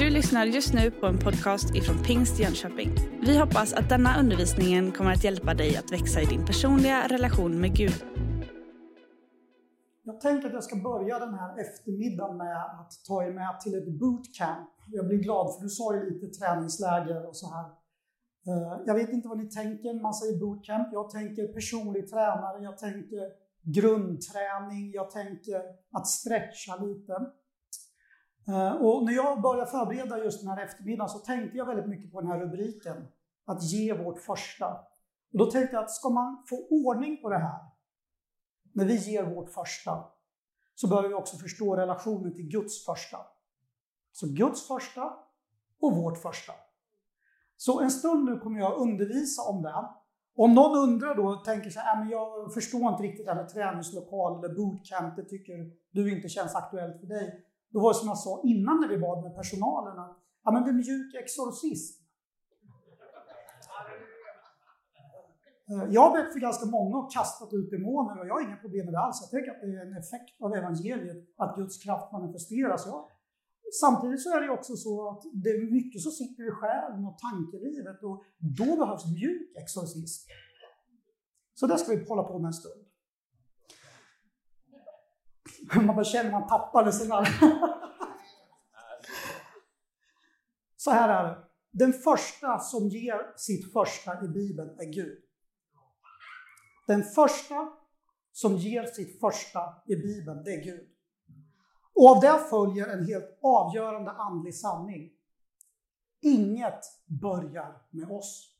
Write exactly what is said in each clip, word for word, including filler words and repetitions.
Du lyssnar just nu på en podcast ifrån Pingst Jönköping. Vi hoppas att denna undervisning kommer att hjälpa dig att växa i din personliga relation med Gud. Jag tänker att jag ska börja den här eftermiddagen med att ta er med till ett bootcamp. Jag blir glad för du sa ju lite träningsläger och så här. Jag vet inte vad ni tänker, man säger bootcamp. Jag tänker personlig tränare, jag tänker grundträning, jag tänker att stretcha lite. Och när jag började förbereda just den här eftermiddagen så tänkte jag väldigt mycket på den här rubriken. Att ge vårt första. Och då tänkte jag att ska man få ordning på det här, när vi ger vårt första, så behöver vi också förstå relationen till Guds första. Så Guds första och vårt första. Så en stund nu kommer jag undervisa om det. Om någon undrar då och tänker så här, men jag förstår inte riktigt det här med träningslokal eller bootcamp, det tycker du inte känns aktuellt för dig. Då var det som jag sa innan när vi bad med personalen, att ja, men det är mjuk exorcism. Jag har bett för ganska många och kastat ut demoner och jag har inga problem med det alls. Jag tänker att det är en effekt av evangeliet att Guds kraft manifesteras. Ja. Samtidigt så är det också så att det är mycket som sitter i själen och tankelivet och då behövs mjuk exorcism. Så där ska vi hålla på med en stund. Man bara känner man tappar det sådär. Så här är det. Den första som ger sitt första i Bibeln är Gud. Den första som ger sitt första i Bibeln, det är Gud. Och av det följer en helt avgörande andlig sanning. Inget börjar med oss.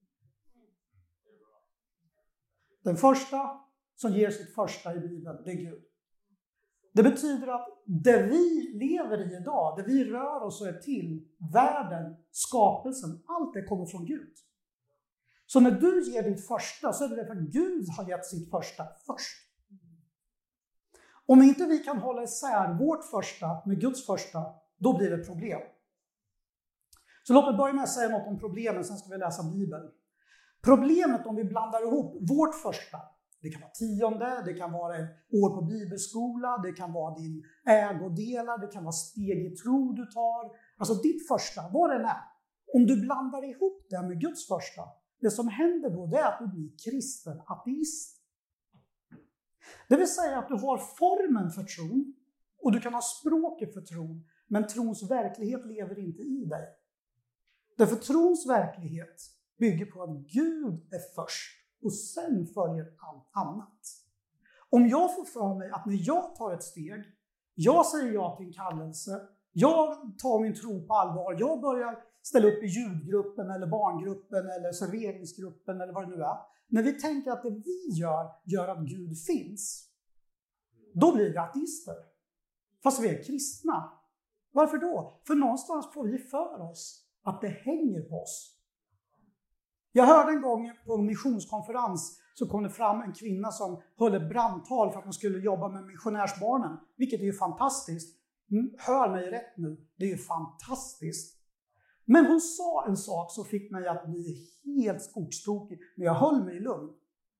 Den första som ger sitt första i Bibeln, det är Gud. Det betyder att det vi lever i idag, det vi rör oss och är till, världen, skapelsen, allt det kommer från Gud. Så när du ger ditt första så är det för att Gud har gett sitt första först. Om inte vi kan hålla isär vårt första med Guds första, då blir det problem. Så låt mig börja med att säga något om problemen, sen ska vi läsa Bibeln. Problemet om vi blandar ihop vårt första, det kan vara tionde, det kan vara ett år på bibelskola, det kan vara din ägodelar, det kan vara steg i tro du tar. Alltså ditt första, vad det är. Om du blandar ihop det med Guds första, det som händer då det är att du blir kristen ateist. Det vill säga att du har formen för tron och du kan ha språket för tron, men trons verklighet lever inte i dig. Därför trons verklighet bygger på att Gud är först. Och sen följer allt annat. Om jag får för mig att när jag tar ett steg, jag säger ja till en kallelse, jag tar min tro på allvar, jag börjar ställa upp i ljudgruppen eller barngruppen eller serveringsgruppen eller vad det nu är. När vi tänker att det vi gör, gör att Gud finns, då blir vi ateister. Fast vi är kristna. Varför då? För någonstans får vi för oss att det hänger på oss. Jag hörde en gång på en missionskonferens så kom det fram en kvinna som höll ett brandtal för att hon skulle jobba med missionärsbarnen. Vilket är ju fantastiskt. Hör mig rätt nu. Det är ju fantastiskt. Men hon sa en sak som fick mig att bli helt skogstokig. Men jag höll mig lugn.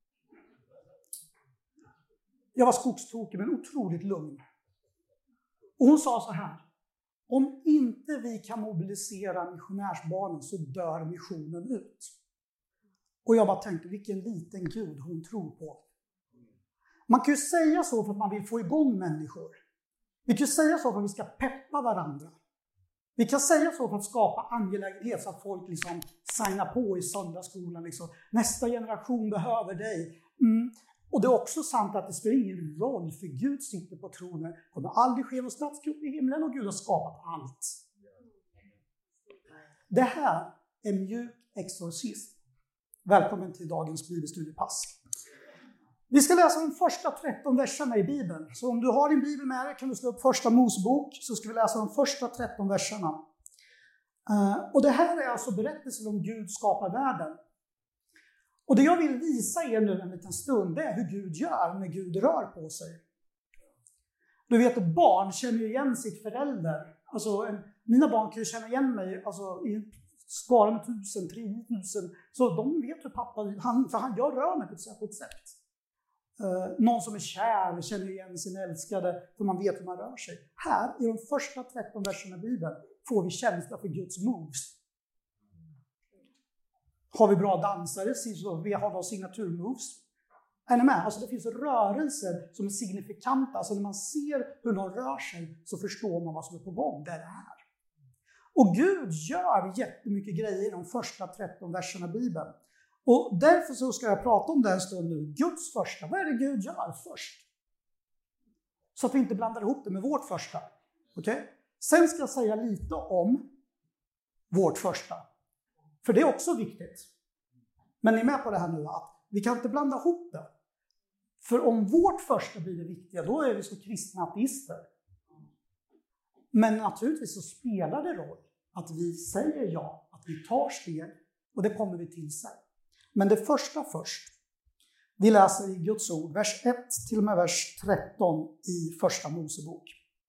Jag var skogstokig men otroligt lugn. Och hon sa så här. Om inte vi kan mobilisera missionärsbarnen så dör missionen ut. Och jag bara tänkte, vilken liten Gud hon tror på. Man kan ju säga så för att man vill få igång människor. Vi kan ju säga så för att vi ska peppa varandra. Vi kan säga så för att skapa angelägenhet så att folk liksom signar på i söndagsskolan. Liksom. Nästa generation behöver dig. Mm. Och det är också sant att det spelar ingen roll för Gud sitter på tronen. Det kommer aldrig ske någon statskupp i himlen och Gud har skapat allt. Det här är mjuk exorcism. Välkommen till dagens bibelstudiepass. Vi ska läsa de första tretton verserna i Bibeln. Så om du har din bibel med dig kan du slå upp första Mosebok så ska vi läsa de första tretton verserna. Och det här är alltså berättelsen om Gud skapar världen. Och det jag vill visa er nu en liten stund det är hur Gud gör när Gud rör på sig. Du vet att barn känner igen sitt förälder. Alltså mina barn kan ju känna igen mig alltså, i skara med tusen, tre tusen. Så de vet hur pappa, han, för han jag rör mig på ett särskilt sätt. Uh, någon som är kär känner igen sin älskade för man vet hur man rör sig. Här i de första tretton verserna i Bibeln får vi känsla för Guds moves. Har vi bra dansare så vi har de signaturmoves. Är ni med? Alltså det finns rörelser som är signifikanta. Alltså när man ser hur de rör sig så förstår man vad som är på gång. Det är det här. Och Gud gör jättemycket grejer i de första tretton verserna i Bibeln. Och därför så ska jag prata om det en stund nu. Guds första. Vad är det Gud gör först? Så att vi inte blandar ihop det med vårt första. Okej? Okay? Sen ska jag säga lite om vårt första. För det är också viktigt. Men ni är med på det här nu att vi kan inte blanda ihop det. För om vårt första blir det viktiga, då är vi så kristna ateister. Men naturligtvis så spelar det roll att vi säger ja, att vi tar steg. Och det kommer vi till sen. Men det första först. Vi läser i Guds ord, vers ett till och med vers tretton i första Mosebok.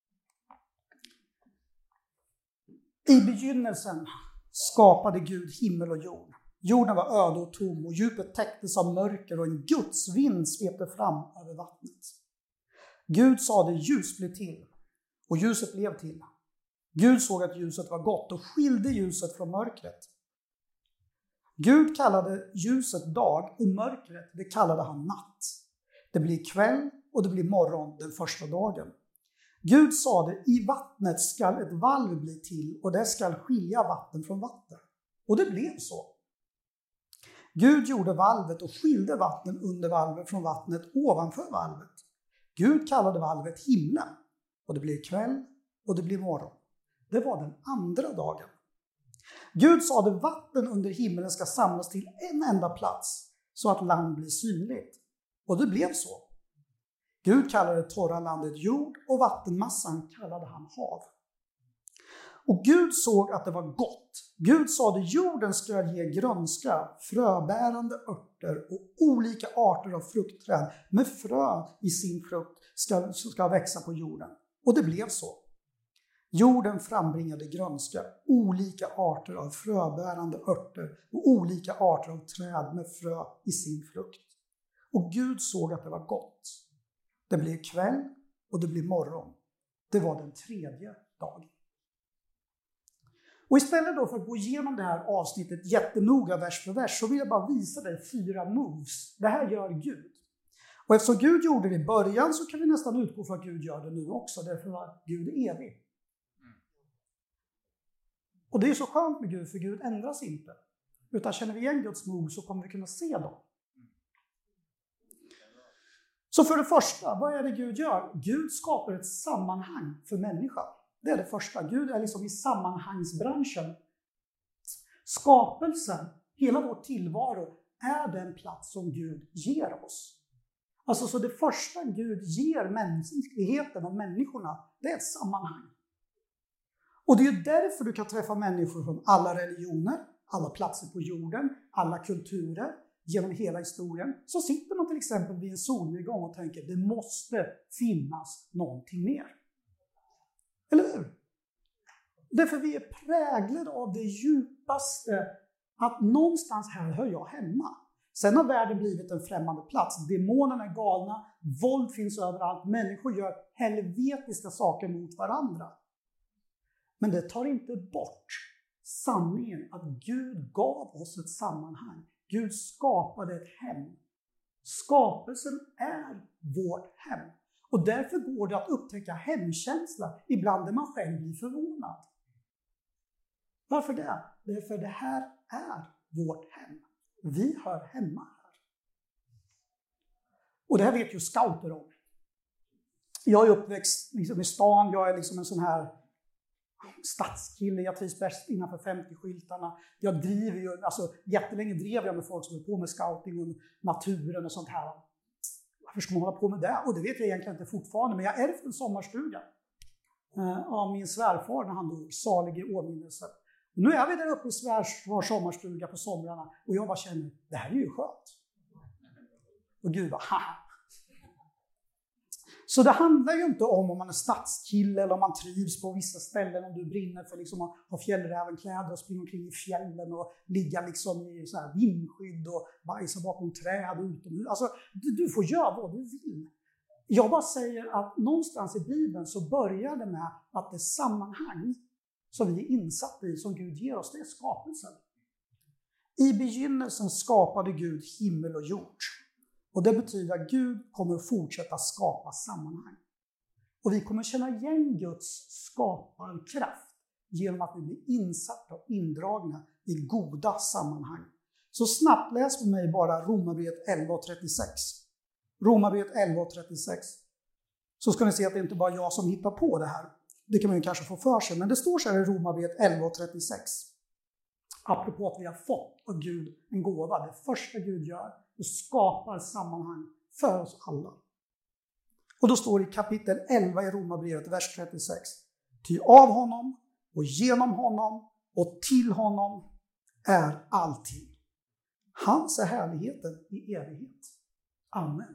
I begynnelsen skapade Gud himmel och jord. Jorden var öde och tom och djupet täcktes av mörker och en Guds vind svepte fram över vattnet. Gud sade ljus blev till och ljuset blev till. Gud såg att ljuset var gott och skilde ljuset från mörkret. Gud kallade ljuset dag och mörkret, det kallade han natt. Det blir kväll och det blir morgon den första dagen. Gud sade, i vattnet skall ett valv bli till och det skall skilja vatten från vatten. Och det blev så. Gud gjorde valvet och skilde vatten under valvet från vattnet ovanför valvet. Gud kallade valvet himlen och det blev kväll och det blev morgon. Det var den andra dagen. Gud sade, vatten under himlen ska samlas till en enda plats så att land blir synligt. Och det blev så. Gud kallade det torra landet jord och vattenmassan kallade han hav. Och Gud såg att det var gott. Gud sade, jorden ska ge grönska, fröbärande örter och olika arter av fruktträd med frö i sin frukt ska, ska växa på jorden. Och det blev så. Jorden frambringade grönska, olika arter av fröbärande örter och olika arter av träd med frö i sin frukt. Och Gud såg att det var gott. Det blev kväll och det blev morgon. Det var den tredje dagen. Och istället då för att gå igenom det här avsnittet jättenoga vers för vers så vill jag bara visa dig fyra moves. Det här gör Gud. Och eftersom Gud gjorde det i början så kan vi nästan utgå för att Gud gör det nu också. Därför att Gud är evig. Och det är så skönt med Gud, för Gud ändras inte. Utan känner vi igen Guds moves så kommer vi kunna se dem. Så för det första, vad är det Gud gör? Gud skapar ett sammanhang för människan. Det är det första. Gud är liksom i sammanhangsbranschen. Skapelsen, hela vår tillvaro, är den plats som Gud ger oss. Alltså så det första Gud ger mänskligheten och människorna, det är ett sammanhang. Och det är därför du kan träffa människor från alla religioner, alla platser på jorden, alla kulturer, genom hela historien. Så sitter man till exempel vid en solnedgång och tänker, det måste finnas någonting mer. Eller hur? Därför vi är präglade av det djupaste, att någonstans här hör jag hemma. Sen har världen blivit en främmande plats. Demonerna är galna, våld finns överallt, människor gör helvetiska saker mot varandra. Men det tar inte bort sanningen att Gud gav oss ett sammanhang. Gud skapade ett hem. Skapelsen är vårt hem. Och därför går det att upptäcka hemkänsla ibland där man själv blir förvånad. Varför det? Det är för det här är vårt hem. Vi hör hemma här. Och det här vet ju scouter om. Jag är uppväxt liksom i stan. Jag är liksom en sån här stadskille. Jag trivs bäst innanför femtio-skyltarna. Jag driver ju, alltså jättelänge drev jag med folk som är på med scouting och naturen och sånt här. Varför ska man hålla på med det? Och det vet jag egentligen inte fortfarande. Men jag ärvde en sommarstuga av min svärfar när han dog, salig i åminnelse. Och nu är vi där uppe i svärfars sommarstuga på somrarna. Och jag bara känner, det här är ju skönt. Och Gud bara, haha. Så det handlar ju inte om om man är stadskille eller om man trivs på vissa ställen, om du brinner för liksom att ha fjällrävenkläder och springa omkring i fjällen och ligga liksom i så här vindskydd och bajsa bakom träd utomhus. Alltså, du, du får göra vad du vill. Jag bara säger att någonstans i Bibeln så börjar det med att det är sammanhang som vi är insatta i, som Gud ger oss, det är skapelsen. I begynnelsen skapade Gud himmel och jord. Och det betyder att Gud kommer att fortsätta skapa sammanhang. Och vi kommer känna igen Guds skaparkraft genom att vi blir insatta och indragna i goda sammanhang. Så snabbt läs med mig bara Romarbrevet elva och trettiosex. Romarbrevet elva och trettiosex. Så ska ni se att det inte bara är jag som hittar på det här. Det kan man ju kanske få för sig. Men det står så här i Romarbrevet elva och trettiosex. Apropå att vi har fått av Gud en gåva. Det första Gud gör och skapar sammanhang för oss alla. Och då står det i kapitel elva i Romarbrevet, vers trettiosex. Ty av honom och genom honom och till honom är allting. Hans är härligheten i evighet. Amen.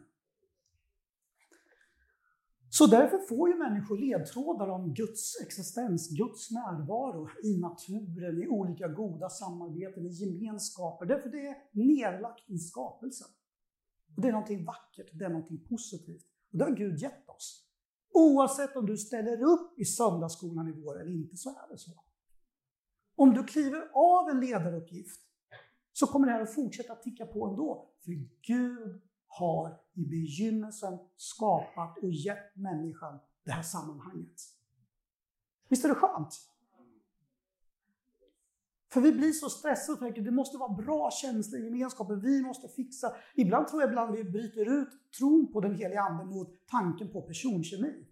Så därför får ju människor ledtrådar om Guds existens, Guds närvaro i naturen, i olika goda samarbeten, i gemenskaper. Därför det är nedlagt i skapelsen. Och det är någonting vackert, det är någonting positivt. Och det har Gud gett oss. Oavsett om du ställer upp i söndagsskolan i vår eller inte, så är det så. Om du kliver av en ledaruppgift så kommer det här att fortsätta ticka på ändå. För Gud har i begynnelsen skapat och gett människan det här sammanhanget. Visst är det skönt? För vi blir så stressade och tänker att det måste vara bra känslor i gemenskapen. Vi måste fixa. Ibland tror jag ibland vi bryter ut tron på den heliga anden mot tanken på personkemi.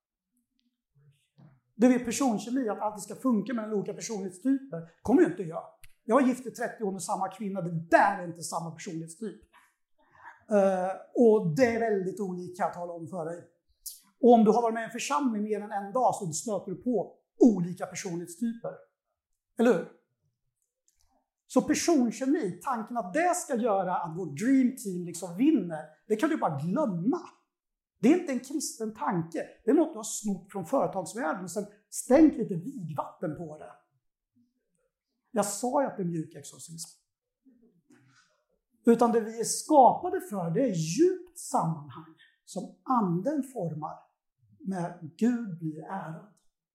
Det är personkemi, att allt ska funka mellan olika personlighetstyper. Kommer ju inte jag. Jag var gift i trettio år med samma kvinna. Det där är inte samma personlighetstyp. Uh, och det är väldigt olika att tala om för dig. Och om du har varit med i en församling mer än en dag så stöter du på olika personlighetstyper. Eller hur? Så personkemi, tanken att det ska göra att vårt dream team liksom vinner, det kan du bara glömma. Det är inte en kristen tanke. Det är något du har snott från företagsvärlden och sen stängt lite vigvatten på det. Jag sa ju att det är mjuk exorcism. Utan det vi är skapade för, det är djupt sammanhang som anden formar när Gud blir ärad.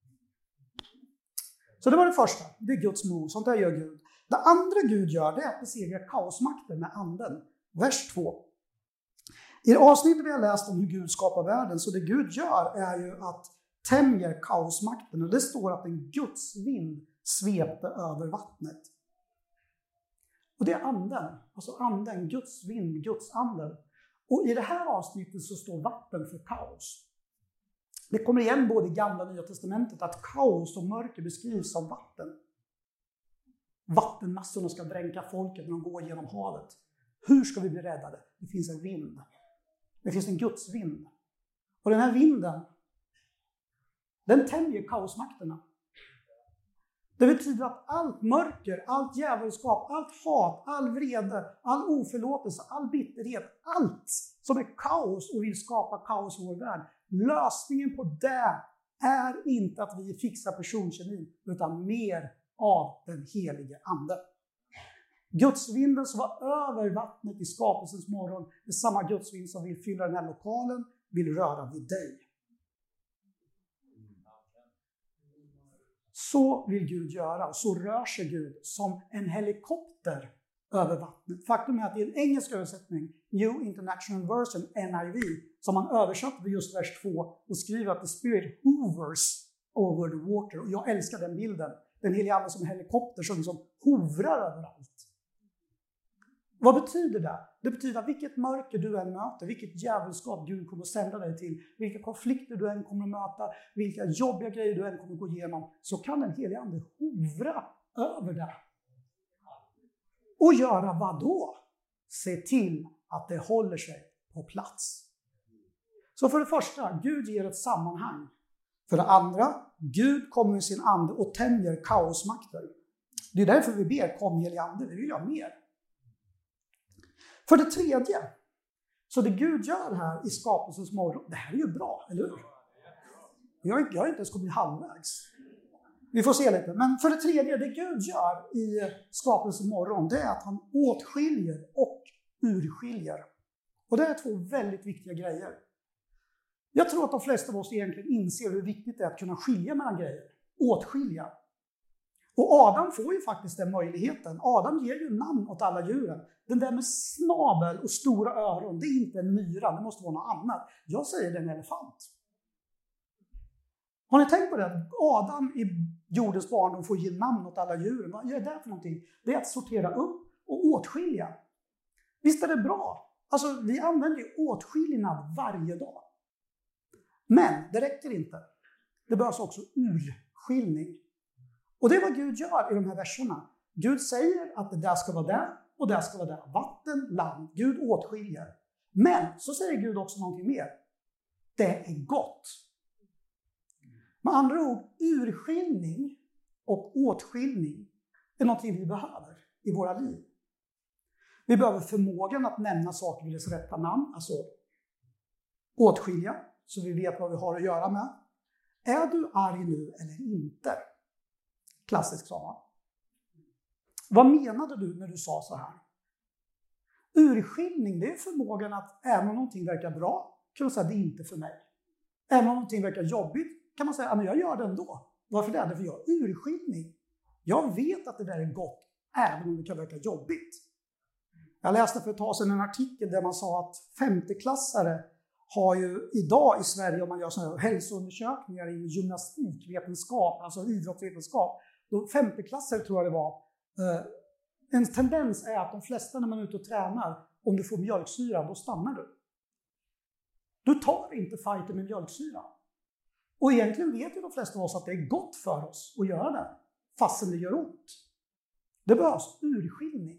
Så det var det första. Det är Guds mod. Sånt där gör Gud. Det andra Gud gör, det är att besegra kaosmakten med anden. Vers två. I det avsnittet vi har läst om hur Gud skapar världen, så det Gud gör är ju att tämjer kaosmakten. Och det står att en Guds vind svepte över vattnet. Och det är anden, alltså anden, Guds vind, Guds anden. Och i det här avsnittet så står vatten för kaos. Det kommer igen både i Gamla och Nya testamentet att kaos och mörker beskrivs som vatten. Vattenmassorna ska dränka folket när de går genom havet. Hur ska vi bli räddade? Det finns en vind. Det finns en Guds vind. Och den här vinden, den tämjer kaosmakterna. Det betyder att allt mörker, allt djävulskap, allt hat, all vrede, all oförlåtelse, all bitterhet, allt som är kaos och vill skapa kaos i vår värld. Lösningen på det är inte att vi fixar personkemin, utan mer av den helige ande. Gudsvinden som var över vattnet i skapelsens morgon är samma Gudsvind som vill fylla den här lokalen, vill röra vid dig. Så vill Gud göra, och så rör sig Gud som en helikopter över vattnet. Faktum är att i en engelsk översättning, New International Version, N I V, som man översatt vid just vers två och skriver att the spirit hovers over the water. Och jag älskar den bilden. Den heliga ande som en helikopter som liksom hovrar överallt. Vad betyder det? Det betyder att vilket mörker du än möter, vilket djävulskap Gud kommer att sända dig till, vilka konflikter du än kommer att möta, vilka jobbiga grejer du än kommer att gå igenom, så kan den heliga ande hovra över det. Och göra vad då? Se till att det håller sig på plats. Så för det första, Gud ger ett sammanhang. För det andra, Gud kommer med sin ande och tämjer kaosmakter. Det är därför vi ber, kom helig ande, vi vill göra mer. För det tredje, så det Gud gör här i skapelsens morgon, det här är ju bra, eller hur? Jag, jag är inte ens kommit halvvägs. Vi får se lite. Men för det tredje, det Gud gör i skapelsens morgon, det är att han åtskiljer och urskiljer. Och det är två väldigt viktiga grejer. Jag tror att de flesta av oss egentligen inser hur viktigt det är att kunna skilja mellan grejer. Åtskilja. Och Adam får ju faktiskt den möjligheten. Adam ger ju namn åt alla djuren. Den där med snabel och stora öron, det är inte en myra, det måste vara något annat. Jag säger det är en elefant. Har ni tänkt på det? Adam i jordens barndom får ge namn åt alla djuren. Vad är det för någonting? Det är att sortera upp och åtskilja. Visst är det bra? Alltså, vi använder ju åtskiljnad varje dag. Men det räcker inte. Det behövs också urskiljning. Och det är vad Gud gör i de här verserna. Gud säger att det där ska vara där och det ska vara där. Vatten, land. Gud åtskiljer. Men så säger Gud också någonting mer. Det är gott. Med andra ord, urskiljning och åtskiljning är någonting vi behöver i våra liv. Vi behöver förmågan att nämna saker vid dess rätta namn, alltså åtskilja, så vi vet vad vi har att göra med. Är du arg nu eller inte? Klassiskt samma. Vad menade du när du sa så här? Urskiljning, det är förmågan att även om någonting verkar bra, kan man säga att det är inte för mig. Även om någonting verkar jobbigt, kan man säga att jag gör det ändå. Varför det? Därför jag har urskiljning. Jag vet att det där är gott, även om det kan verka jobbigt. Jag läste för ett tag sedan en artikel där man sa att femteklassare har ju idag i Sverige, om man gör sådana här hälsoundersökningar i gymnastikvetenskap, alltså idrottsvetenskap, då femteklassare tror jag det var, eh, en tendens är att de flesta när man är ute och tränar, om du får mjölksyra, då stannar du. Du tar inte fighten med mjölksyra. Och egentligen vet ju de flesta av oss att det är gott för oss att göra det, fastän det gör ont. Det behövs urskiljning.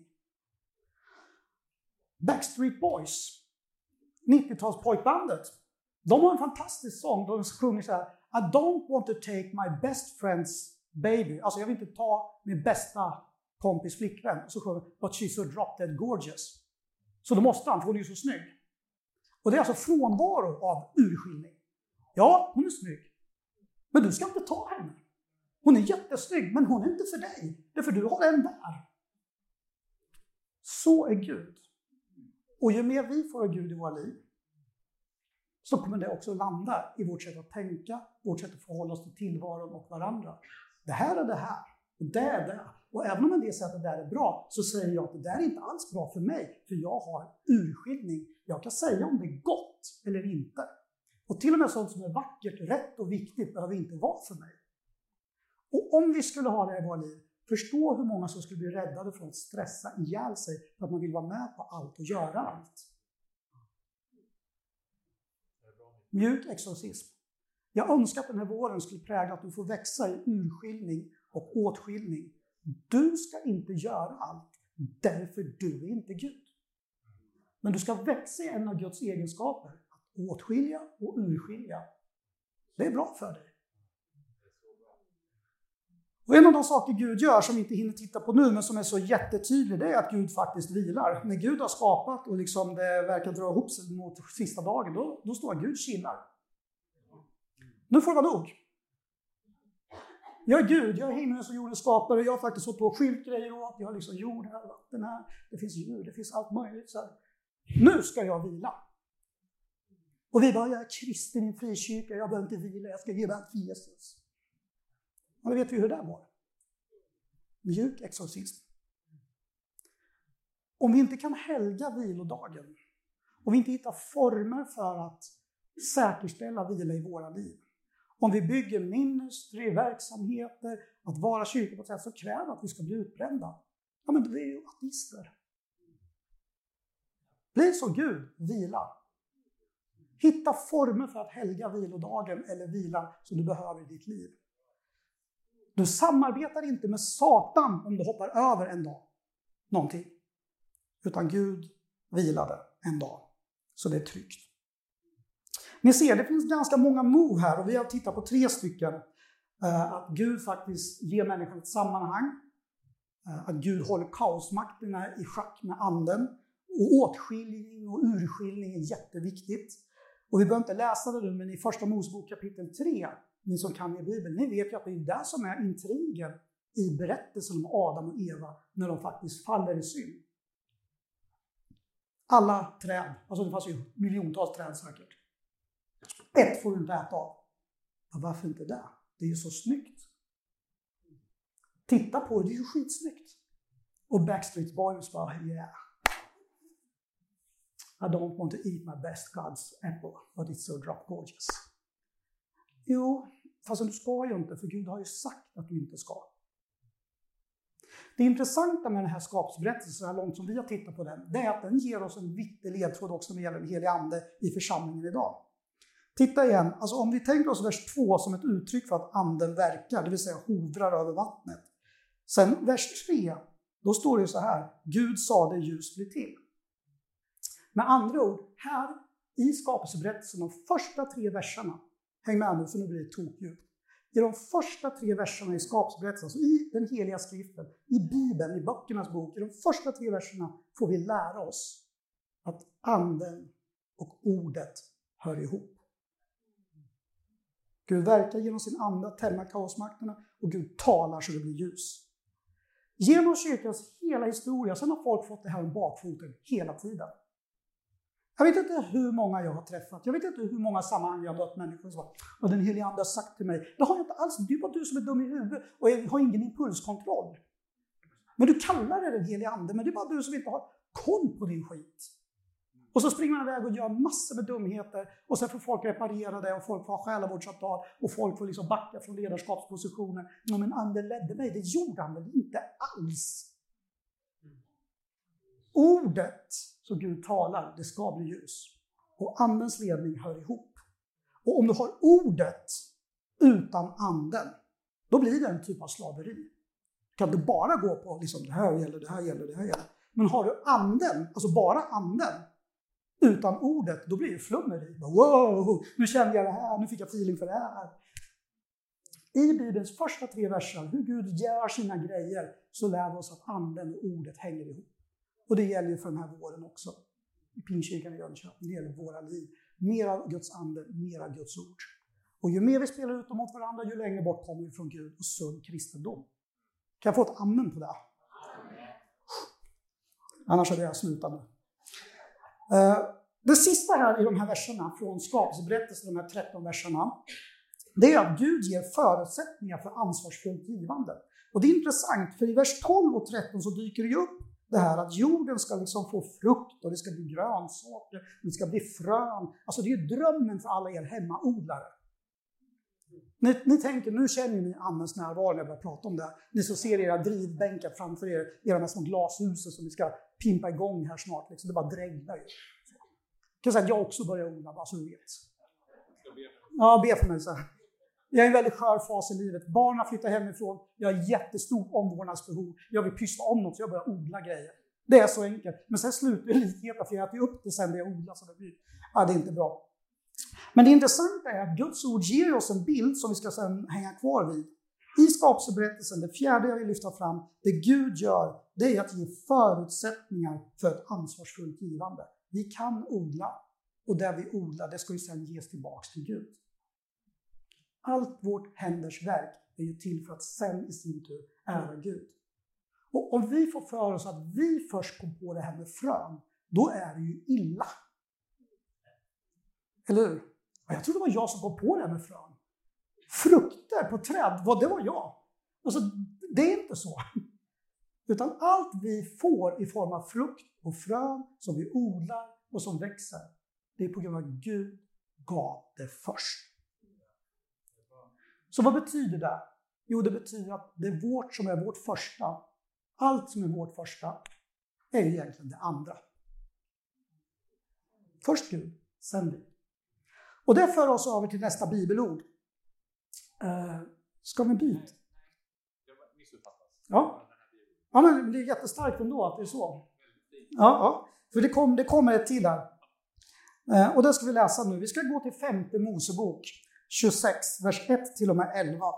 Backstreet Boys, nittiotalspojkbandet, de har en fantastisk sång. De sjunger så här: I don't want to take my best friend's baby. Alltså jag vill inte ta min bästa kompis flickvän. Och så sjunger But she's so drop dead gorgeous. Så då måste han, för hon är ju så snygg. Och det är alltså frånvaro av urskiljning. Ja, hon är snygg. Men du ska inte ta henne. Hon är jättesnygg, men hon är inte för dig. Det är för du har en där. Så är Gud. Och ju mer vi får av Gud i våra liv, så kommer det också landa i vårt sätt att tänka, vårt sätt att förhålla oss till tillvaron och varandra. Det här är det här, och det är det. Och även om en del säger att det där är bra, så säger jag att det där är inte alls bra för mig, för jag har urskiljning. Jag kan säga om det är gott eller inte. Och till och med sånt som är vackert, rätt och viktigt behöver inte vara för mig. Och om vi skulle ha det i våra liv, förstå hur många som skulle bli räddade från att stressa ihjäl sig för att man vill vara med på allt och göra allt. Mjuk exorcism. Jag önskar att den här våren skulle prägla att du får växa i urskiljning och åtskiljning. Du ska inte göra allt, därför du är inte Gud. Men du ska växa i en av Guds egenskaper, att åtskilja och urskilja. Det är bra för dig. Och en av de saker Gud gör som vi inte hinner titta på nu, men som är så jättetydlig, det är att Gud faktiskt vilar. När Gud har skapat och liksom det verkar dra ihop sig mot sista dagen, då, då står Gud chillar. Nu får det vara nog. Jag är Gud, jag är himmelens och jordens skapare, jag har faktiskt hållit på och skilt grejer åt, jag har liksom jord här, vatten här, det finns djur, det finns allt möjligt. Så här. Nu ska jag vila. Och vi bara, jag är kristen i en frikyrka, jag behöver inte vila, jag ska ge allt för Jesus. Och då vet vi hur det var. Mjuk exorcism. Om vi inte kan helga vilodagen, om vi inte hittar former för att säkerställa vila i våra liv, om vi bygger ministry, verksamheter, att vara kyrka på ett sätt så kräver att vi ska bli utbrända. Ja, men det är ju ateister. Bli så Gud, vila. Hitta former för att helga vilodagen eller vila som du behöver i ditt liv. Du samarbetar inte med Satan om du hoppar över en dag. Någonting. Utan Gud vilade en dag. Så det är tryggt. Ni ser, det finns ganska många move här och vi har tittat på tre stycken. Att Gud faktiskt ger människan ett sammanhang. Att Gud håller kaosmakterna i schack med anden. Och åtskiljning och urskiljning är jätteviktigt. Och vi behöver inte läsa det nu, men i första Mosebok kapitel tre, ni som kan i Bibeln, ni vet ju att det är det som är intrigen i berättelsen om Adam och Eva när de faktiskt faller i synd. Alla träd, alltså det fanns ju miljontals träd säkert. Ett får du inte äta av. Ja, varför inte det? Det är ju så snyggt. titta på det, det är ju skitsnyggt. Och Backstreet Boys bara, yeah. I don't want to eat my best God's apple, but it's so drop gorgeous. Jo, fast du ska ju inte, för Gud har ju sagt att du inte ska. Det intressanta med den här skapelseberättelsen, så här långt som vi har tittat på den, det är att den ger oss en viktig ledtråd också när det gäller den heliga ande i församlingen idag. Titta igen, alltså om vi tänker oss vers två som ett uttryck för att anden verkar, det vill säga hovrar över vattnet. Sen vers tre, då står det så här, Gud sa det ljus blir till. Med andra ord, här i skapelseberättelsen, de första tre verserna, häng med nu för nu blir det tokljud. I de första tre verserna i skapelseberättelsen, alltså i den heliga skriften, i Bibeln, i böckernas bok, i de första tre verserna får vi lära oss att anden och ordet hör ihop. Gud verkar genom sin ande att tämma kaosmakterna och Gud talar så det blir ljus. Genom kyrkans hela historia så har folk fått det här om bakfoten hela tiden. Jag vet inte hur många jag har träffat. Jag vet inte hur många sammanhang jag har mött människor som och den heliga ande har sagt till mig. Det har jag inte alls. Det är bara du som är dum i huvudet och jag har ingen impulskontroll. Men du kallar det den heliga ande, men det är bara du som inte har koll på din skit. Och så springer man iväg och gör massor med dumheter och sen får folk reparera det och folk får ha själavårdsavtal och folk får liksom backa från ledarskapspositioner. Ja, men anden ledde mig. Det gjorde han väl inte alls. Ordet som Gud talar, det ska bli ljus. Och andens ledning hör ihop. Och om du har ordet utan anden, då blir det en typ av slaveri. Kan du bara gå på liksom, det här gäller, det här gäller, det här gäller. Men har du anden, alltså bara anden, utan ordet, då blir det flummeri. Wow, nu kände jag det här, nu fick jag feeling för det här. I Bibelns första tre verser, hur Gud gör sina grejer, så lär vi oss att anden och ordet hänger ihop. Och det gäller ju för den här våren också. I Pingstkyrkan i Jönköping, det gäller våra liv. Mer av Guds ande, mer av Guds ord. Och ju mer vi spelar ut dem mot varandra, ju längre bort kommer vi från Gud och sund kristendom. Kan jag få ett amen på det? Amen. Annars hade jag slutat nu. Det sista här i de här verserna från skapelseberättelsen, de här tretton verserna, det är att Gud ger förutsättningar för ansvarsfullt givande. Och det är intressant, för i vers tolv och tretton så dyker det upp det här att jorden ska liksom få frukt och det ska bli grönsaker, det ska bli frön. Alltså det är ju drömmen för alla er hemmaodlare. Ni, ni tänker, nu känner ni andens närvaro när jag börjar prata om det här. Ni så ser era drivbänkar framför er, era de små glashusen som vi ska pimpa igång här snart. Liksom. Det bara dreglar ju. Jag kan säga att jag också börjar odla, bara så du vet. Ja, be för mig så här. Jag är i en väldigt skör fas i livet. Barnen flyttar hemifrån. Jag har jättestort omvårdnadsbehov. Jag vill pyssla om något så jag börjar odla grejer. Det är så enkelt. Men sen slutar jag likheta för jag äter upp det sen när jag odlar. Så det blir, ja, det är inte bra. Men det intressanta är att Guds ord ger oss en bild som vi ska sedan hänga kvar vid. I skapelseberättelsen, det fjärde jag vill lyfta fram, det Gud gör, det är att ge förutsättningar för ett ansvarsfullt givande. Vi kan odla och där vi odlar, det ska ju sedan ges tillbaks till Gud. Allt vårt händers verk är ju till för att sen i sin tur ära Gud. Och om vi får för oss att vi först kom på det här med frön, då är det ju illa. Eller hur? Jag tror det var jag som kom på det här med frön. Frukter på träd, vad det var jag. Alltså, det är inte så. Utan allt vi får i form av frukt och frön som vi odlar och som växer, det är på grund av att Gud gav det först. Så vad betyder det? Jo, det betyder att det är vårt som är vårt första. Allt som är vårt första är ju egentligen det andra. Först Gud, sen vi. Och det för oss över till nästa bibelord. Uh, ska vi byta? Ja. Ja, men det är jättestarkt ändå att det är så. Ja, ja. För det, kom, det kommer ett till här. Uh, och det ska vi läsa nu. Vi ska gå till femte Mosebok tjugosex, vers ett till och med elva.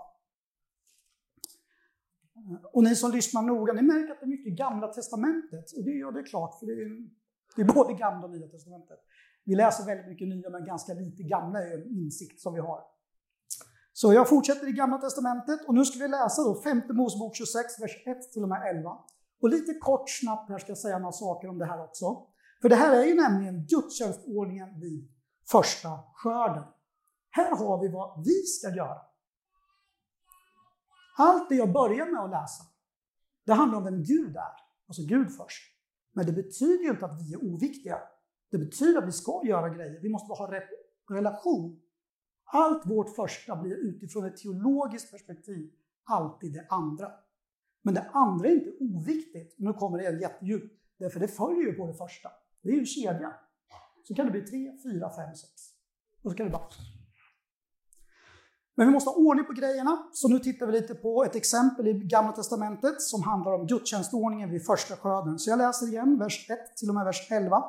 Uh, och ni som lyssnar noga, ni märker att det är mycket gamla testamentet. Och det gör det klart, för det är, det är både gamla och nya testamentet. Vi läser väldigt mycket nya, men ganska lite gamla är en insikt som vi har. Så jag fortsätter i Gamla testamentet och nu ska vi läsa då femte Mosebok tjugosex, vers ett till och med elva. Och lite kort snabbt här ska jag säga några saker om det här också. För det här är ju nämligen gudstjänstordningen vid första skörden. Här har vi vad vi ska göra. Allt det jag börjar med att läsa, det handlar om vem Gud är. Alltså Gud först. Men det betyder ju inte att vi är oviktiga. Det betyder att vi ska göra grejer. Vi måste ha rätt relation. Allt vårt första blir utifrån ett teologiskt perspektiv alltid det andra. Men det andra är inte oviktigt. Nu kommer det jättedjupt. Därför det följer ju på det första. Det är ju kedja. Så kan det bli tre, fyra, fem, sex. Och så kan det bara... Men vi måste ha ordning på grejerna. Så nu tittar vi lite på ett exempel i Gamla testamentet som handlar om gudstjänstordningen vid första skörden. Så jag läser igen vers ett till och med vers elva.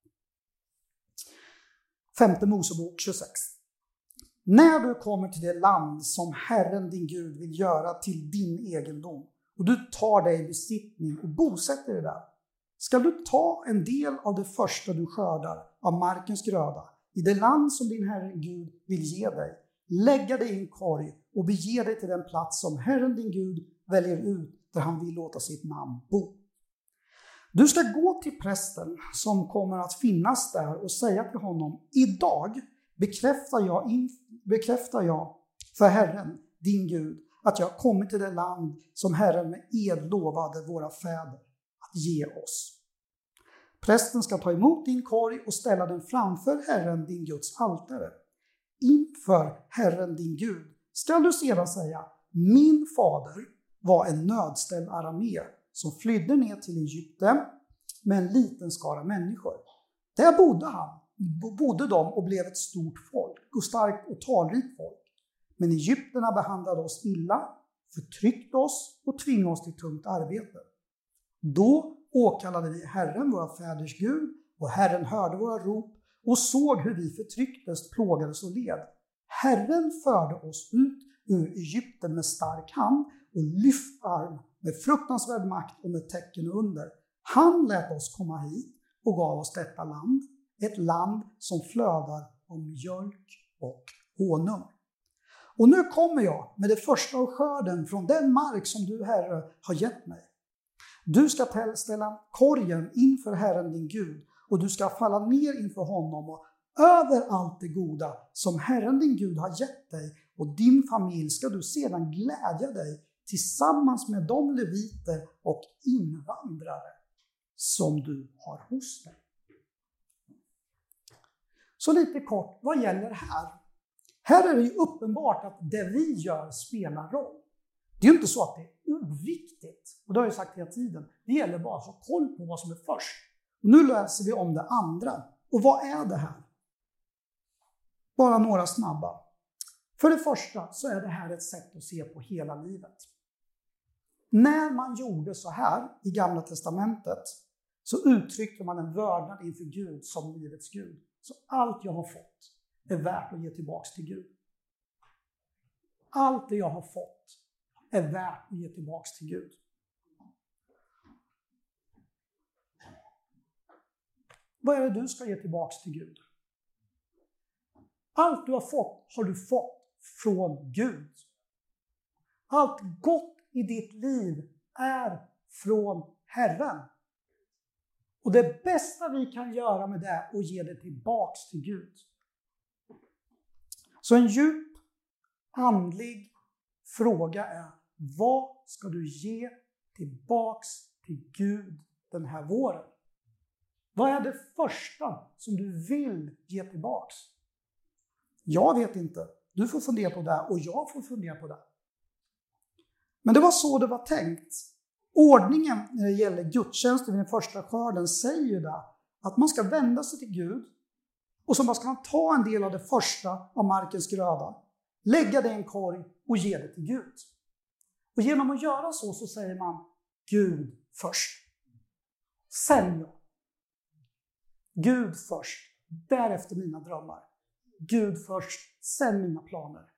Femte Mosebok tjugosex. När du kommer till det land som Herren din Gud vill göra till din egendom och du tar dig i besittning och bosätter dig där, ska du ta en del av det första du skördar av markens gröda i det land som din Herre Gud vill ge dig, lägga dig i en korg och bege dig till den plats som Herren din Gud väljer ut där han vill låta sitt namn bo. Du ska gå till prästen som kommer att finnas där och säga till honom: idag bekräftar jag, in, bekräftar jag för Herren din Gud att jag har kommit till det land som Herren med ed lovade våra fäder att ge oss. Prästen ska ta emot din korg och ställa den framför Herren din Guds altare. Inför Herren din Gud ska du sedan säga: min fader var en nödställd aramé som flydde ner till Egypten med en liten skara människor. Där bodde han, bodde de och blev ett stort folk och starkt och talrikt folk. Men egypterna behandlade oss illa, förtryckte oss och tvingade oss till tungt arbete. Då åkallade vi Herren, våra fäders Gud, och Herren hörde våra rop och såg hur vi förtrycktes, plågades och led. Herren förde oss ut ur Egypten med stark hand och lyft arm, med fruktansvärd makt och med tecken under. Han lät oss komma hit och gav oss detta land, ett land som flödar av mjölk och honung. Och nu kommer jag med det första av skörden från den mark som du, Herre, har gett mig. Du ska ställa korgen inför Herren din Gud och du ska falla ner inför honom och över allt det goda som Herren din Gud har gett dig och din familj ska du sedan glädja dig tillsammans med de leviter och invandrare som du har hos dig. Så lite kort, vad gäller här? Här är det ju uppenbart att det vi gör spelar roll. Det är ju inte så att det är oviktigt. Och det har jag sagt hela tiden. Det gäller bara att ha koll på vad som är först. Och nu läser vi om det andra. Och vad är det här? Bara några snabba. För det första så är det här ett sätt att se på hela livet. När man gjorde så här i Gamla testamentet så uttryckte man en vördnad inför Gud som livets Gud. Så allt jag har fått är värt att ge tillbaks till Gud. Allt det jag har fått är värt att ge tillbaks till Gud. Vad är det du ska ge tillbaks till Gud? Allt du har fått har du fått från Gud. Allt gott i ditt liv är från Herren. Och det bästa vi kan göra med det är att ge det tillbaks till Gud. Så en djup andlig fråga är: vad ska du ge tillbaks till Gud den här våren? Vad är det första som du vill ge tillbaks? Jag vet inte. Du får fundera på det och jag får fundera på det. Men det var så det var tänkt. Ordningen när det gäller gudstjänsten vid den första skörden säger ju det, att man ska vända sig till Gud och så ska man ta en del av det första av markens gröda, lägga det i en korg och ge det till Gud. Och genom att göra så så säger man: Gud först. Sen jag. Gud först. Därefter mina drömmar. Gud först. Sen mina planer.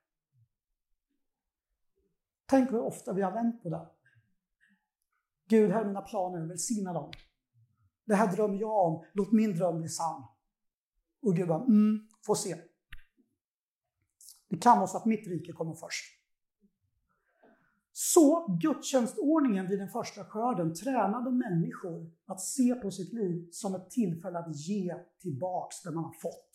Tänk hur ofta vi har vänt på det. Gud, här är mina planer. Välsigna dem. Det här drömmer jag om. Låt min dröm bli sann. Och Gud bara, mm, får se. Det kan vara så att mitt rike kommer först. Så gudstjänstordningen vid den första skörden tränade människor att se på sitt liv som ett tillfälle att ge tillbaks det man har fått.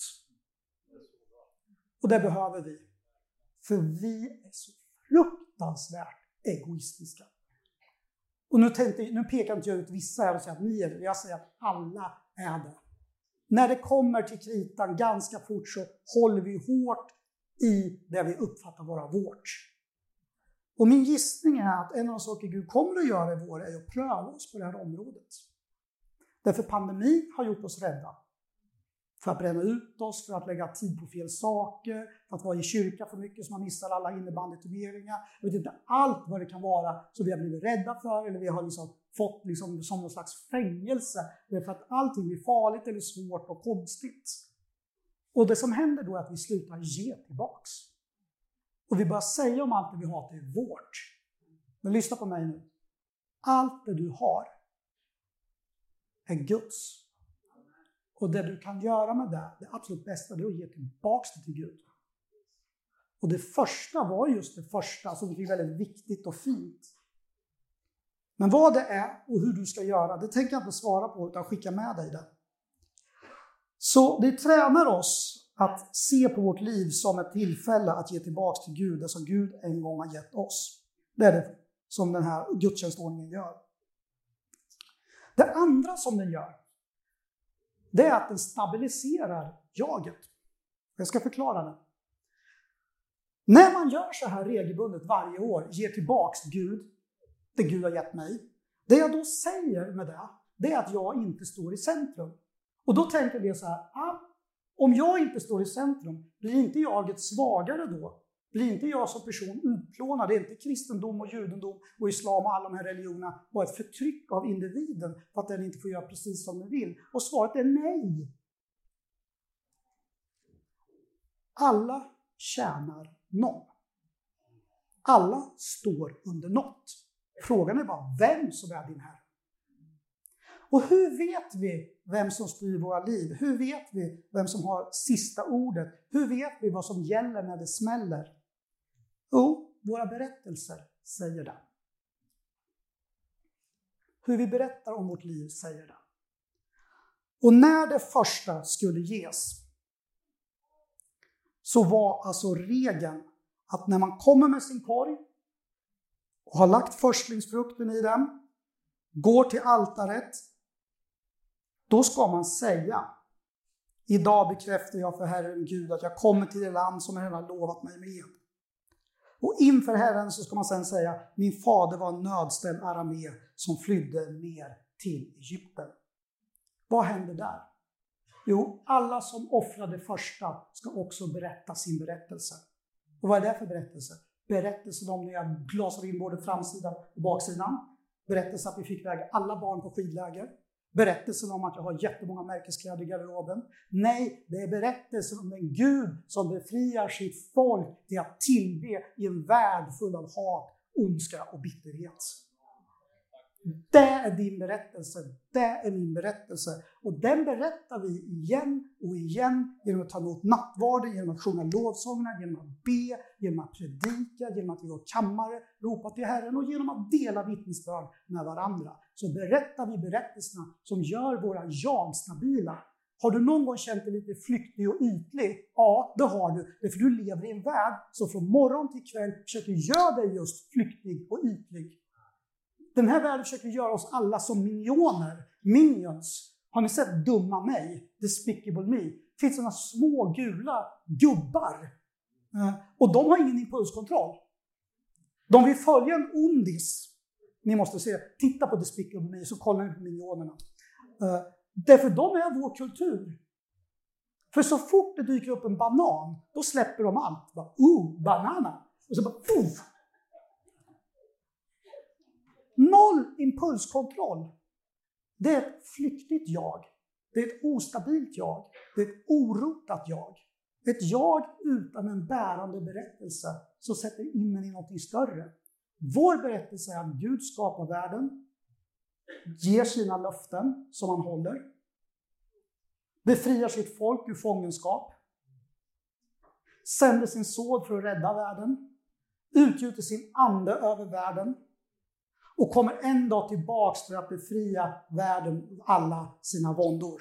Och det behöver vi. För vi är så fruktansvärt egoistiska. Och nu, tänkte, nu pekar inte jag ut vissa här och säger att ni är det. Jag säger att alla är det. När det kommer till kritan ganska fort så håller vi hårt i det vi uppfattar vara vårt. Och min gissning är att en av de saker Gud kommer att göra i vår är att pröva oss på det här området. Därför pandemin har gjort oss rädda. För att bränna ut oss, för att lägga tid på fel saker, för att vara i kyrka för mycket så man missar alla innebandyturneringar. Jag vet inte allt vad det kan vara som vi har blivit rädda för eller vi har liksom fått liksom som någon slags fängelse. För att allting blir farligt eller svårt och konstigt. Och det som händer då är att vi slutar ge tillbaks. Och vi börjar säga om allt det vi har att det är vårt. Men lyssna på mig nu. Allt det du har är Guds. Och det du kan göra med det, det absolut bästa, det är att ge tillbaka det till Gud. Och det första var just det första som är väldigt viktigt och fint. Men vad det är och hur du ska göra, det tänker jag inte svara på utan skicka med dig det. Så det tränar oss att se på vårt liv som ett tillfälle att ge tillbaka till Gud, det som Gud en gång har gett oss. Det är det som den här gudstjänstordningen gör. Det andra som den gör, det är att den stabiliserar jaget. Jag ska förklara det. När man gör så här regelbundet varje år, ger tillbaks Gud, det Gud har gett mig. Det jag då säger med det, det är att jag inte står i centrum. Och då tänker vi så här, ah, om jag inte står i centrum, blir inte jaget svagare då? Blir inte jag som person utplånad? Det är inte kristendom och judendom och islam och alla de här religionerna och ett förtryck av individen för att den inte får göra precis som den vill? Och svaret är nej. Alla tjänar någon. Alla står under något. Frågan är bara vem som är din herre. Och hur vet vi vem som styr våra liv? Hur vet vi vem som har sista ordet? Hur vet vi vad som gäller när det smäller? Jo, våra berättelser säger det. Hur vi berättar om vårt liv säger det. Och när det första skulle ges så var alltså regeln att när man kommer med sin korg och har lagt förstlingsfrukten i den, går till altaret, då ska man säga: idag bekräftar jag för Herren Gud att jag kommer till det land som Herren har lovat mig med. Och inför Herren så ska man sedan säga: min fader var en nödställd aramé som flydde ner till Egypten. Vad händer där? Jo, alla som offrade första ska också berätta sin berättelse. Och vad är det för berättelse? Berättelsen om när jag glasade in både framsidan och baksidan. Berättelsen att vi fick iväg alla barn på skidläger. Berättelsen om att jag har jättemånga märkeskläder i garderoben. Nej, det är berättelsen om en Gud som befriar sitt folk till att tillbe i en värld full av hat, ondska och bitterhet. Det är din berättelse, det är min berättelse. Och den berättar vi igen och igen genom att ta emot nattvarden, genom att sjunga lovsånger, genom att be, genom att predika, genom att vi har kammare, ropa till Herren och genom att dela vittnesbörd med varandra. Så berättar vi berättelserna som gör våra jag stabila. Har du någon gång känt dig lite flyktig och ytlig? Ja, det har du. Det är för du lever i en värld som från morgon till kväll försöker göra dig just flyktig och ytlig. Den här världen försöker göra oss alla som minioner, minions. Har ni sett Dumma mig? Despicable me. Det finns sådana små gula gubbar. Och de har ingen impulskontroll. De vill följa en ondis. Ni måste se, titta på Despicable me så kollar ni på minionerna. Därför de är vår kultur. För så fort det dyker upp en banan, då släpper de allt. Bara, oh, banana. Och så bara, puff. Noll impulskontroll. Det är ett flyktigt jag. Det är ett ostabilt jag. Det är ett orotat jag. Ett jag utan en bärande berättelse som sätter in en i något större. Vår berättelse är att Gud skapar världen, ger sina löften som han håller, befriar sitt folk ur fångenskap, sänder sin son för att rädda världen, utgjuter sin ande över världen och kommer en dag tillbaks för att befria världen av alla sina våndor.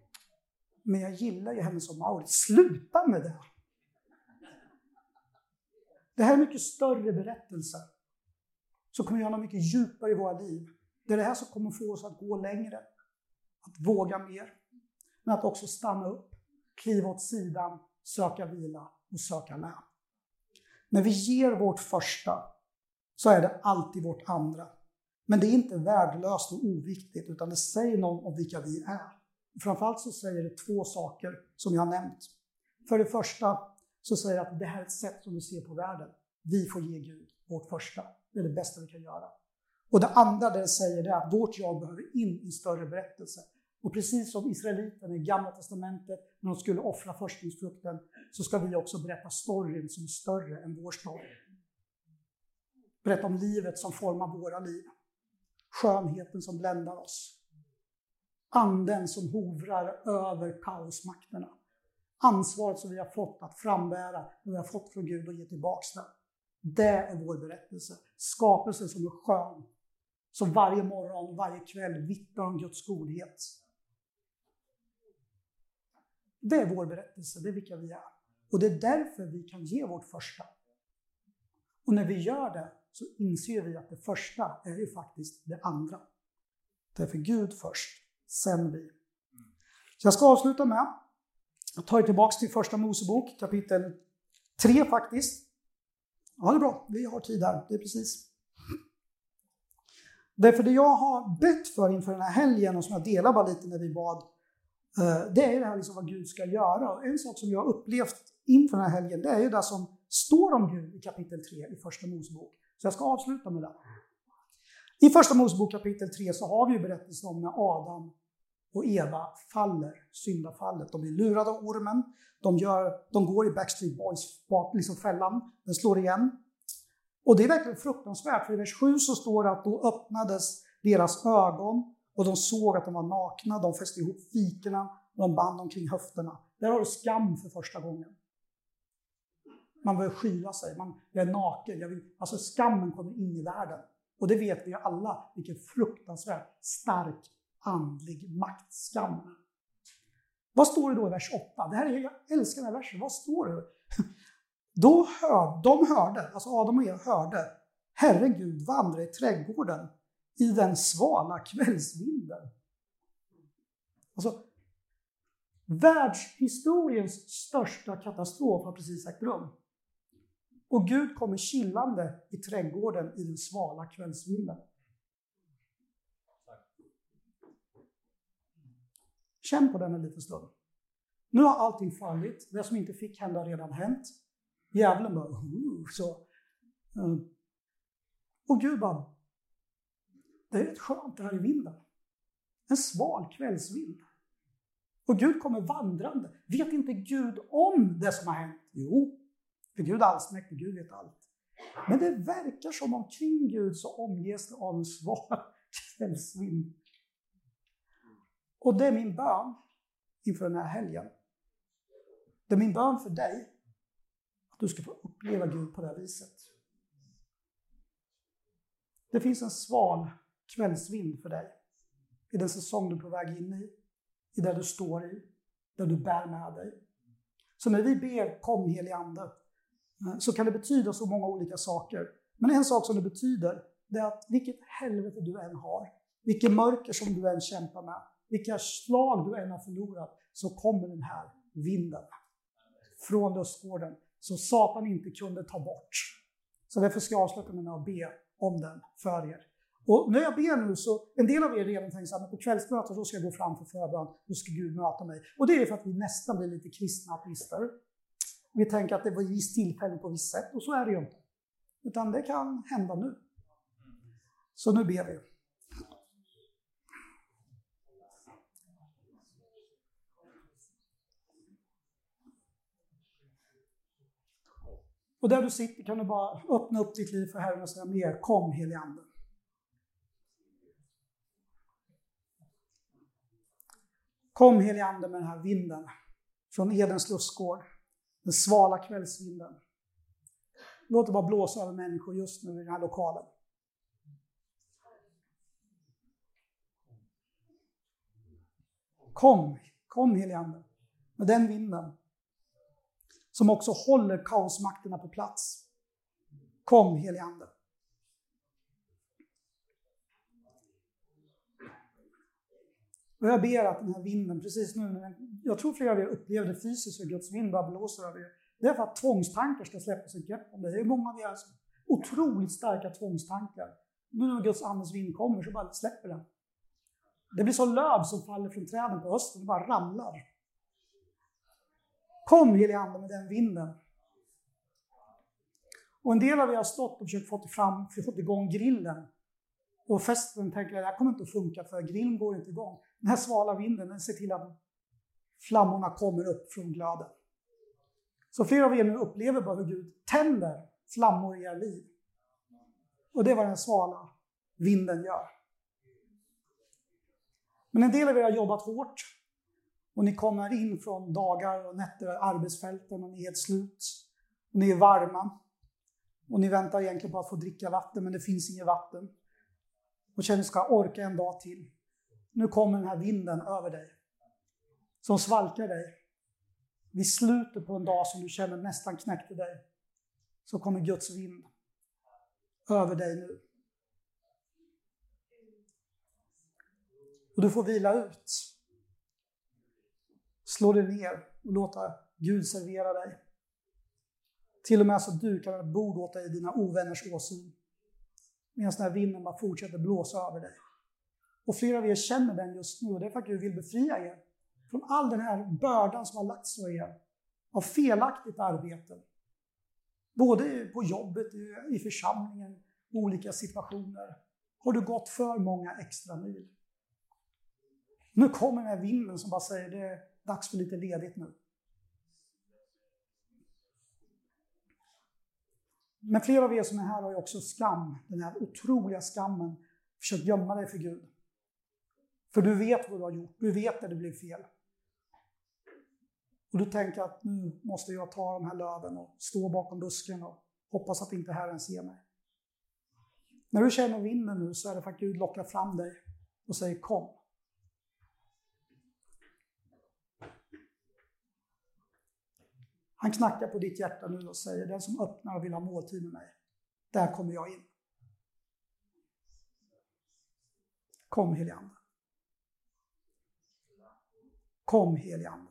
Men jag gillar ju henne som Maurits. Sluta med det! Det här är mycket större berättelser. Så kommer vi göra något mycket djupare i våra liv. Det är det här som kommer få oss att gå längre. Att våga mer. Men att också stanna upp, kliva åt sidan, söka vila och söka lä. När vi ger vårt första så är det alltid vårt andra. Men det är inte värdelöst och oviktigt, utan det säger något om vilka vi är. Framförallt så säger det två saker som jag har nämnt. För det första så säger det att det här är ett sätt som vi ser på världen. Vi får ge Gud vårt första. Det är det bästa vi kan göra. Och det andra det säger det är att vårt jag behöver in i större berättelse. Och precis som israeliterna i Gamla testamentet när de skulle offra förstlingsfrukten, så ska vi också berätta storyn som är större än vår story. Berätta om livet som formar våra liv. Skönheten som bländar oss. Anden som hovrar över kaosmakterna. Ansvaret som vi har fått att frambära och vi har fått från Gud och ge tillbaka den. Det är vår berättelse. Skapelsen som är skön. Som varje morgon, varje kväll vittnar om Guds godhet. Det är vår berättelse, det är vilka vi är. Och det är därför vi kan ge vårt första. Och när vi gör det så inser vi att det första är ju faktiskt det andra. Därför Gud först, sen vi. Så jag ska avsluta med, jag tar tillbaka till första Mosebok, kapitel tre faktiskt. Ja, det är bra, vi har tid här, det är precis. Därför det jag har bett för inför den här helgen och som jag delar bara lite när vi bad, det är det här liksom vad Gud ska göra. Och en sak som jag har upplevt inför den här helgen, det är ju det som står om Gud i kapitel tre i första Mosebok. Så jag ska avsluta med det. I första Mosebok kapitel tre så har vi ju berättelsen om när Adam och Eva faller, syndafallet. De blir lurade av ormen, de, gör, de går i Backstreet Boys liksom fällan, den slår igen. Och det är verkligen fruktansvärt, för i vers sju så står det att då öppnades deras ögon och de såg att de var nakna, de fäste ihop fikorna och de band omkring höfterna. Där har du skam för första gången. Man vill skyla sig, man är naken, jag vill, alltså skammen kommer in i världen. Och det vet vi ju alla, vilken fruktansvärt stark andlig maktskam. Vad står det då i vers åtta? Det här är, jag älskar den här versen, vad står det? Då hör, de hörde, alltså Adam och Eva hörde, Herren Gud vandra i trädgården i den svala kvällsvinden. Alltså, världshistoriens största katastrof har precis ägt rum. Och Gud kommer chillande i trädgården i den svala kvällsvinden. Känn på den en liten stund. Nu har allting fallit. Det som inte fick hända har redan hänt. Djävulen bara, uh, så. Uh. Och Gud bara, det är rätt skönt det här i vinden. En sval kvällsvind. Och Gud kommer vandrande. Vet inte Gud om det som har hänt? Jo, för Gud är allsmäktig, Gud vet allt. Men det verkar som omkring Gud så omges det av en sval kvällsvind. Och det är min bön inför den här helgen. Det är min bön för dig att du ska få uppleva Gud på det här viset. Det finns en sval kvällsvind för dig i den säsong du är på väg in i, i där du står i, där du bär med dig. Så när vi ber kom helig ande, så kan det betyda så många olika saker. Men en sak som det betyder, det är att vilket helvete du än har, vilket mörker som du än kämpar med, vilka slag du än har förlorat, så kommer den här vinden från lustgården så Satan inte kunde ta bort. Så därför ska jag avsluta med att be om den för er. Och när jag ber nu så, en del av er redan tänker att på kvällsmötet så ska jag gå fram för förbön, då ska Gud möta mig. Och det är för att vi nästan blir lite kristna ateister. Vi tänker att det var ett visst tillfälle på visst sätt, och så är det ju inte. Utan det kan hända nu. Så nu ber vi. Och där du sitter kan du bara öppna upp ditt liv för Herren och säga mer, kom helig ande. Kom helig ande med den här vinden från Edens lustgård, den svala kvällsvinden. Låt det bara blåsa över människor just nu i den här lokalen. Kom, kom helig ande med den vinden som också håller kaosmakterna på plats. Kom, helige Ande. Och jag ber att den här vinden, precis nu, jag tror flera av er upplevde det fysiskt hur Guds vind bara blåser över er. Det är för att tvångstankar ska släppa sitt grepp om det. Det är många av er som otroligt starka tvångstankar. Nu när Guds andes vind kommer så bara släpper den. Det blir så löv som faller från träden på hösten, det bara ramlar. Kom, helige Ande, med den vinden. Och en del av er har stått och försökt få fram, för fått igång grillen. Och festen tänker att det här kommer inte att funka för grillen går inte igång. Den här svala vinden, den ser till att flammorna kommer upp från glöden. Så flera av er nu upplever bara hur Gud tänder flammor i er liv. Och det är vad den svala vinden gör. Men en del av er har jobbat hårt. Och ni kommer in från dagar och nätter, arbetsfälten och ni är helt slut. Och ni är varma. Och ni väntar egentligen på att få dricka vatten, men det finns inget vatten. Och känner att ni ska orka en dag till. Nu kommer den här vinden över dig. Som svalkar dig. Vid slutet på en dag som du känner nästan knäckte dig. Så kommer Guds vind över dig nu. Och du får vila ut. Slå dig ner och låta Gud servera dig. Till och med så dukar ett bord åt dig i dina ovänners åsyn. Medan den här vinden bara fortsätter blåsa över dig. Och flera av er känner den just nu. Och det är för att Gud vill befria er från all den här bördan som har lagts på er. Av felaktigt arbete. Både på jobbet, i församlingen, i olika situationer. Har du gått för många extra mil. Nu kommer den här vinden som bara säger det är dags för lite ledigt nu. Men flera av er som är här har ju också skam. Den här otroliga skammen. Försök gömma dig för Gud. För du vet vad du har gjort. Du vet när det blir fel. Och du tänker att nu måste jag ta de här löven och stå bakom busken och hoppas att inte Herren ser mig. När du känner vinden nu så är det för att Gud lockar fram dig och säger kom. Han knackar på ditt hjärta nu och säger den som öppnar och vill ha måltid med mig. Där kommer jag in. Kom, helige Ande. Kom, helige Ande.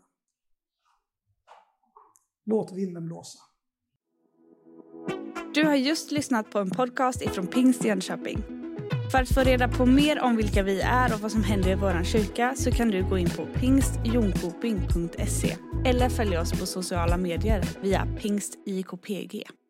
Låt vinden blåsa. Du har just lyssnat på en podcast ifrån Pingst Jönköping. För att få reda på mer om vilka vi är och vad som händer i vår kyrka så kan du gå in på pingst jonkoping punkt se eller följa oss på sociala medier via pingst I K P G.